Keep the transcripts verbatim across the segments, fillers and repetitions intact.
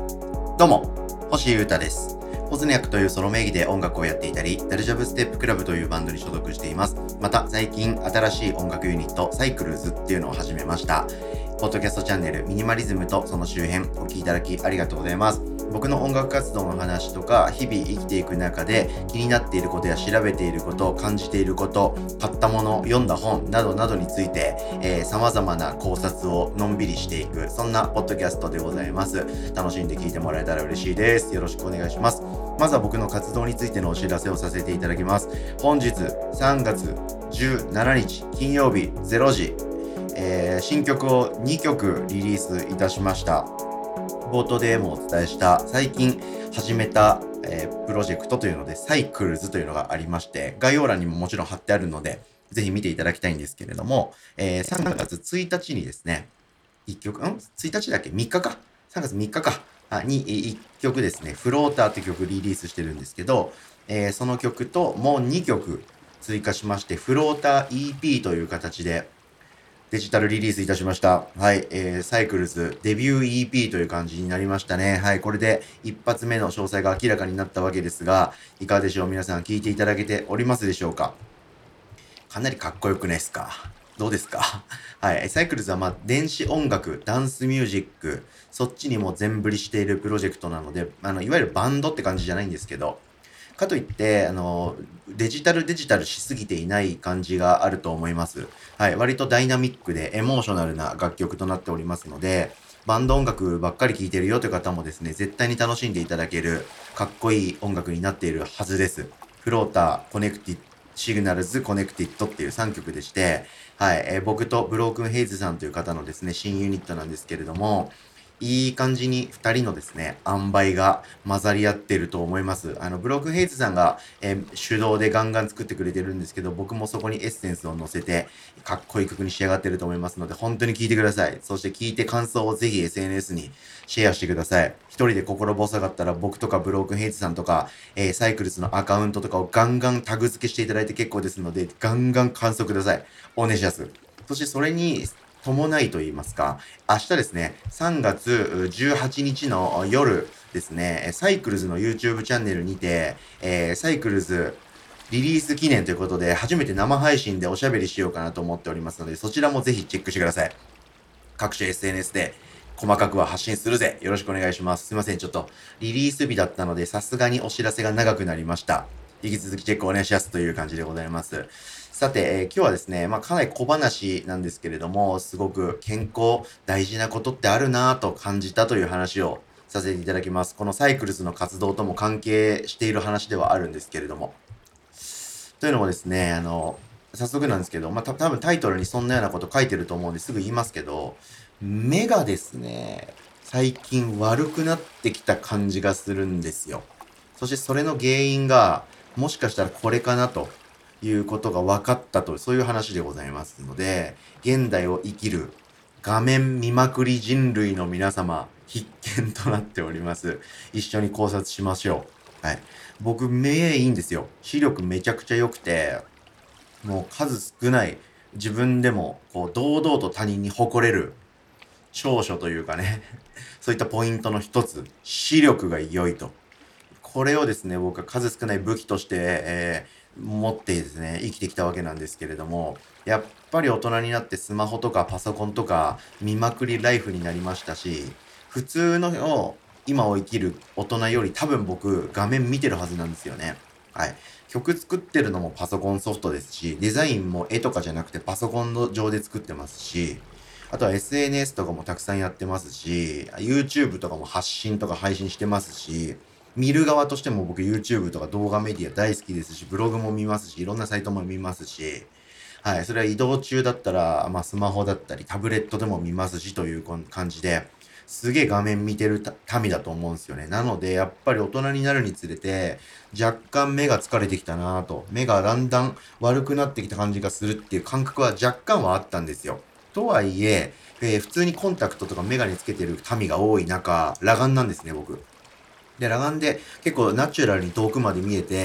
どうも、星優太です。ポズニャックというソロ名義で音楽をやっていたり、ダルジャブステップクラブというバンドに所属しています。また、最近新しい音楽ユニット、サイクルズっていうのを始めました。ポッドキャストチャンネル、ミニマリズムとその周辺、お聞きいただきありがとうございます。僕の音楽活動の話とか、日々生きていく中で気になっていることや調べていること、感じていること、買ったもの、読んだ本などなどについて、えー、様々な考察をのんびりしていく、そんなポッドキャストでございます。楽しんで聞いてもらえたら嬉しいです。よろしくお願いします。まずは僕の活動についてのお知らせをさせていただきます。本日さんがつじゅうしちにち金曜日れいじ、えー、新曲をにきょくリリースいたしました。冒頭でもお伝えした最近始めた、えー、プロジェクトというのでサイクルズというのがありまして、概要欄にももちろん貼ってあるのでぜひ見ていただきたいんですけれども、えー、さんがつついたちにですね、いっきょく、ん ?ついたちだっけ ?みっか か。さんがつみっかか。あにいっきょくですね、フローターって曲リリースしてるんですけど、えー、その曲ともうにきょく追加しまして、フローター イーピー という形でデジタルリリースいたしました。はい、えー、サイクルズデビュー イーピー という感じになりましたね。はい、これで一発目の詳細が明らかになったわけですが、いかがでしょう？皆さん聞いていただけておりますでしょうか？かなりかっこよくないですか？どうですか？はい。サイクルズはまあ電子音楽、ダンスミュージック、そっちにも全振りしているプロジェクトなので、あの、いわゆるバンドって感じじゃないんですけど、かといって、あの、デジタルデジタルしすぎていない感じがあると思います。はい。割とダイナミックでエモーショナルな楽曲となっておりますので、バンド音楽ばっかり聴いてるよという方もですね、絶対に楽しんでいただけるかっこいい音楽になっているはずです。フローター、コネクティッド、シグナルズ・コネクティッドっていうさんきょくでして、はい、えー僕とブロークンヘイズさんという方のですね、新ユニットなんですけれども、いい感じにふたりのですね、塩梅が混ざり合ってると思います。あの、ブロークンヘイズさんが、えー手動でガンガン作ってくれてるんですけど、僕もそこにエッセンスを乗せて、かっこいい曲に仕上がってると思いますので、本当に聴いてください。そして聴いて感想をぜひ エスエヌエス にシェアしてください。一人で心細かったら僕とかブロークンヘイズさんとか、えーサイクルズのアカウントとかをガンガンタグ付けしていただいて結構ですので、ガンガン感想ください。お願いします。そしてそれに伴いと言いますか、明日ですね、さんがつじゅうはちにちの夜ですね、サイクルズの YouTube チャンネルにて、えーサイクルズリリース記念ということで、初めて生配信でおしゃべりしようかなと思っておりますので、そちらもぜひチェックしてください。各種 エスエヌエス で細かくは発信するぜ。よろしくお願いします。すいません。ちょっとリリース日だったので、さすがにお知らせが長くなりました。引き続きチェックお願いしますという感じでございます。さて、えー今日はですね、まあかなり小話なんですけれども、すごく健康、大事なことってあるなぁと感じたという話をさせていただきます。このサイクルズの活動とも関係している話ではあるんですけれども。というのもですね、あの、早速なんですけど、まあ、た多分タイトルにそんなようなこと書いてると思うんですぐ言いますけど、目がですね、最近悪くなってきた感じがするんですよ。そしてそれの原因が、もしかしたらこれかなということが分かったと、そういう話でございますので、現代を生きる画面見まくり人類の皆様、必見となっております。一緒に考察しましょう。はい。僕、目いいんですよ。視力めちゃくちゃ良くて、もう数少ない、自分でも、こう、堂々と他人に誇れる長所というかね、そういったポイントの一つ、視力が良いと。これをですね、僕は数少ない武器として、えー持ってですね、生きてきたわけなんですけれども、やっぱり大人になってスマホとかパソコンとか見まくりライフになりましたし、普通の今を生きる大人より多分僕画面見てるはずなんですよね。はい。曲作ってるのもパソコンソフトですし、デザインも絵とかじゃなくてパソコンの上で作ってますし、あとは エスエヌエス とかもたくさんやってますし、YouTube とかも発信とか配信してますし、見る側としても僕 YouTube とか動画メディア大好きですし、ブログも見ますし、いろんなサイトも見ますし、はい、それは移動中だったら、まあスマホだったりタブレットでも見ますしというこん感じで、すげえ画面見てるた民だと思うんですよね。なので、やっぱり大人になるにつれて、若干目が疲れてきたなぁと、目がだんだん悪くなってきた感じがするっていう感覚は若干はあったんですよ。とはいえ、えー普通にコンタクトとかメガネつけてる民が多い中、裸眼なんですね、僕。で、裸眼で結構ナチュラルに遠くまで見えて、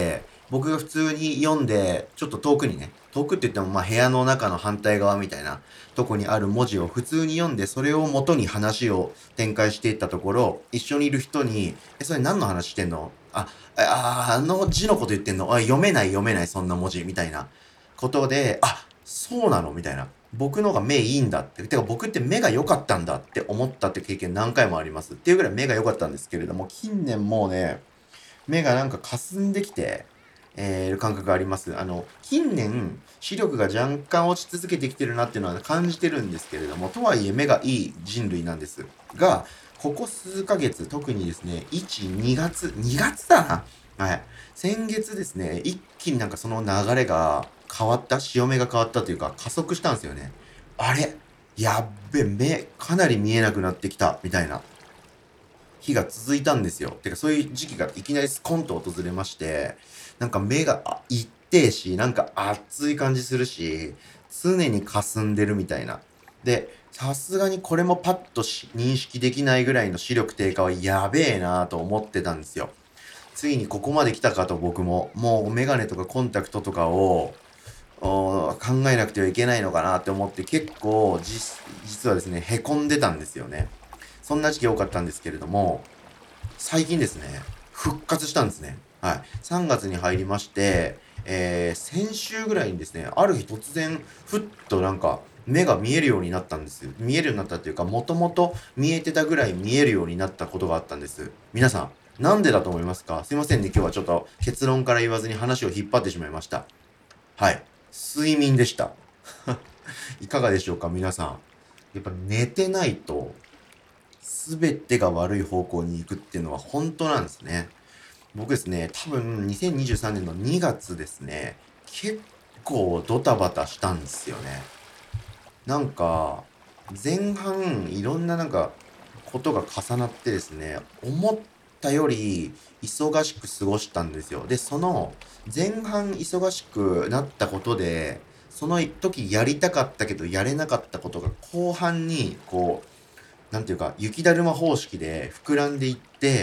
僕が普通に読んで、ちょっと遠くにね、遠くって言ってもまあ部屋の中の反対側みたいなとこにある文字を普通に読んで、それを元に話を展開していったところ、一緒にいる人に、え、それ何の話してんの？あ、あ、あの字のこと言ってんの？あ、読めない読めないそんな文字みたいなことで、あ、そうなのみたいな。僕のが目いいんだって。てか僕って目が良かったんだって思ったって経験何回もあります。っていうぐらい目が良かったんですけれども、近年もうね、目がなんか霞んできて、えー、る感覚があります。あの、近年、視力が若干落ち続けてきてるなっていうのは感じてるんですけれども、とはいえ目がいい人類なんですが、ここ数ヶ月、特にですね、いち、にがつ、にがつだな。はい。先月ですね、一気になんかその流れが変わった、潮目が変わったというか、加速したんですよね。あれやっべ、目、かなり見えなくなってきた、みたいな日が続いたんですよ。てか、そういう時期がいきなりスコンと訪れまして、なんか目があ一定し、なんか熱い感じするし、常に霞んでるみたいな。で、さすがにこれもパッとし認識できないぐらいの視力低下はやべえなぁと思ってたんですよ。ついにここまで来たかと僕も、もうメガネとかコンタクトとかをお考えなくてはいけないのかなって思って結構実実はですね、へこんでたんですよね。そんな時期多かったんですけれども、最近ですね、復活したんですね。はい。さんがつに入りまして、えー、先週ぐらいにですね、ある日突然、ふっとなんか、目が見えるようになったんですよ。見えるようになったっていうか、もともと見えてたぐらい見えるようになったことがあったんです。皆さん、なんでだと思いますか？すいませんね、今日はちょっと結論から言わずに話を引っ張ってしまいました。はい。睡眠でした。いかがでしょうか、皆さん。やっぱ寝てないと、すべてが悪い方向に行くっていうのは本当なんですね。僕ですね、多分にせんにじゅうさんねんのにがつですね、結構ドタバタしたんですよね。なんか、前半いろんななんかことが重なってですね、思ったより忙しく過ごしたんですよ。で、その前半忙しくなったことで、その時やりたかったけどやれなかったことが後半にこうなんていうか、雪だるま方式で膨らんでいって、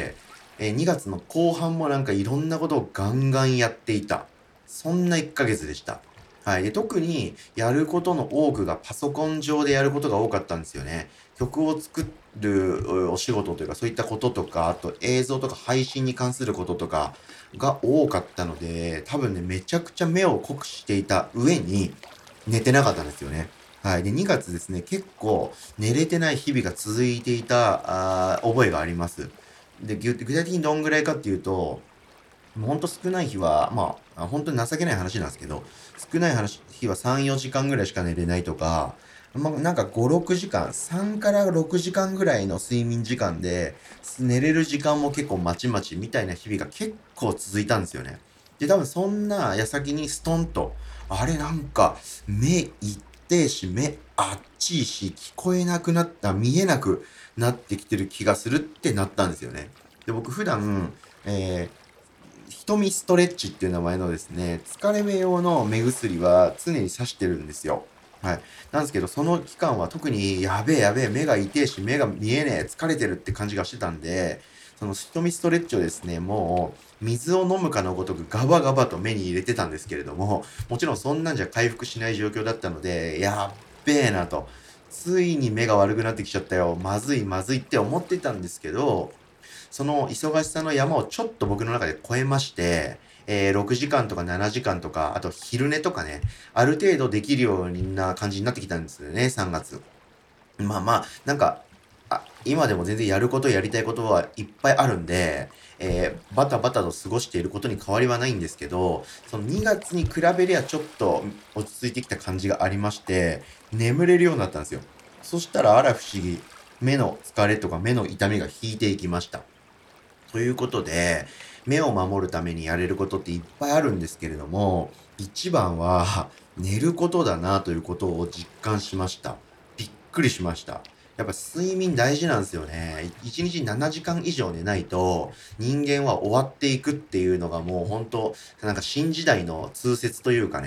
えー、にがつの後半もなんかいろんなことをガンガンやっていた。そんないっかげつでした。はい。で、特にやることの多くがパソコン上でやることが多かったんですよね。曲を作るうお仕事というかそういったこととか、あと映像とか配信に関することとかが多かったので、多分ね、めちゃくちゃ目を濃くしていた上に寝てなかったんですよね。はい。で、にがつですね、結構寝れてない日々が続いていた、あー覚えがあります。で、具具体的にどんぐらいかっていうと、もうほんと少ない日は、まあ、あ本当に情けない話なんですけど、少ない話日はさん、よじかんぐらいしか寝れないとか、まあ、なんかご、ろくじかん、さんからろくじかんぐらいの睡眠時間で、寝れる時間も結構まちまちみたいな日々が結構続いたんですよね。で、多分そんな矢先にストンと、あれなんか、目一定し、目あっちいし、聞こえなくなった、見えなくなってきてる気がするってなったんですよね。で、僕普段、えー瞳ストレッチっていう名前のですね、疲れ目用の目薬は常に刺してるんですよ。はい。なんですけど、その期間は特にやべえやべえ、目が痛えし、目が見えねえ、疲れてるって感じがしてたんで、その瞳ストレッチをですね、もう水を飲むかのごとくガバガバと目に入れてたんですけれども、もちろんそんなんじゃ回復しない状況だったので、やっべえなと。ついに目が悪くなってきちゃったよ。まずいまずいって思ってたんですけど、その忙しさの山をちょっと僕の中で超えまして、えー、ろくじかんとかななじかんとか、あと昼寝とかね、ある程度できるような感じになってきたんですよね、さんがつ。まあまあ、なんか、あ、今でも全然やることやりたいことはいっぱいあるんで、えー、バタバタと過ごしていることに変わりはないんですけど、そのにがつに比べりゃちょっと落ち着いてきた感じがありまして、眠れるようになったんですよ。そしたらあら不思議、目の疲れとか目の痛みが引いていきました。ということで、目を守るためにやれることっていっぱいあるんですけれども、一番は寝ることだなということを実感しました。びっくりしました。やっぱ睡眠大事なんですよね。いちにちななじかん以上寝ないと人間は終わっていくっていうのがもう本当なんか新時代の通説というかね、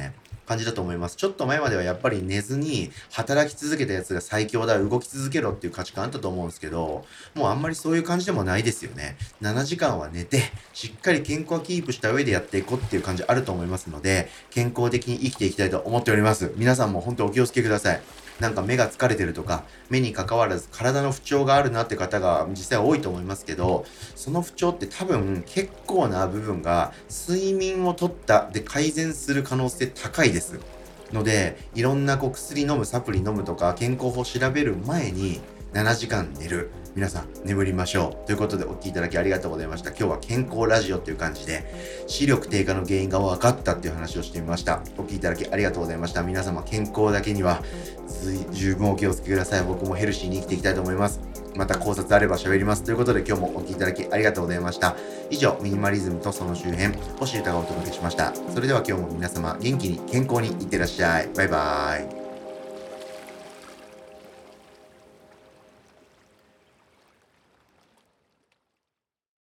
感じだと思います。ちょっと前まではやっぱり寝ずに働き続けたやつが最強だ、動き続けろっていう価値観あったと思うんですけど、もうあんまりそういう感じでもないですよね。ななじかんは寝て、しっかり健康をキープした上でやっていこうっていう感じあると思いますので、健康的に生きていきたいと思っております。皆さんも本当お気をつけください。なんか目が疲れてるとか、目に関わらず体の不調があるなって方が実際多いと思いますけど、その不調って多分結構な部分が睡眠をとったで改善する可能性高いです。ので、いろんなこう薬飲む、サプリ飲むとか健康法調べる前にななじかん寝る。皆さん眠りましょう。ということでお聞きいただきありがとうございました。今日は健康ラジオっていう感じで視力低下の原因が分かったっていう話をしてみました。お聞きいただきありがとうございました。皆様健康だけには十分お気をつけください。僕もヘルシーに生きていきたいと思います。また考察あれば喋ります。ということで今日もお聞きいただきありがとうございました。以上、ミニマリズムとその周辺、星歌がお届けしました。それでは今日も皆様元気に健康にいってらっしゃい。バイバーイ。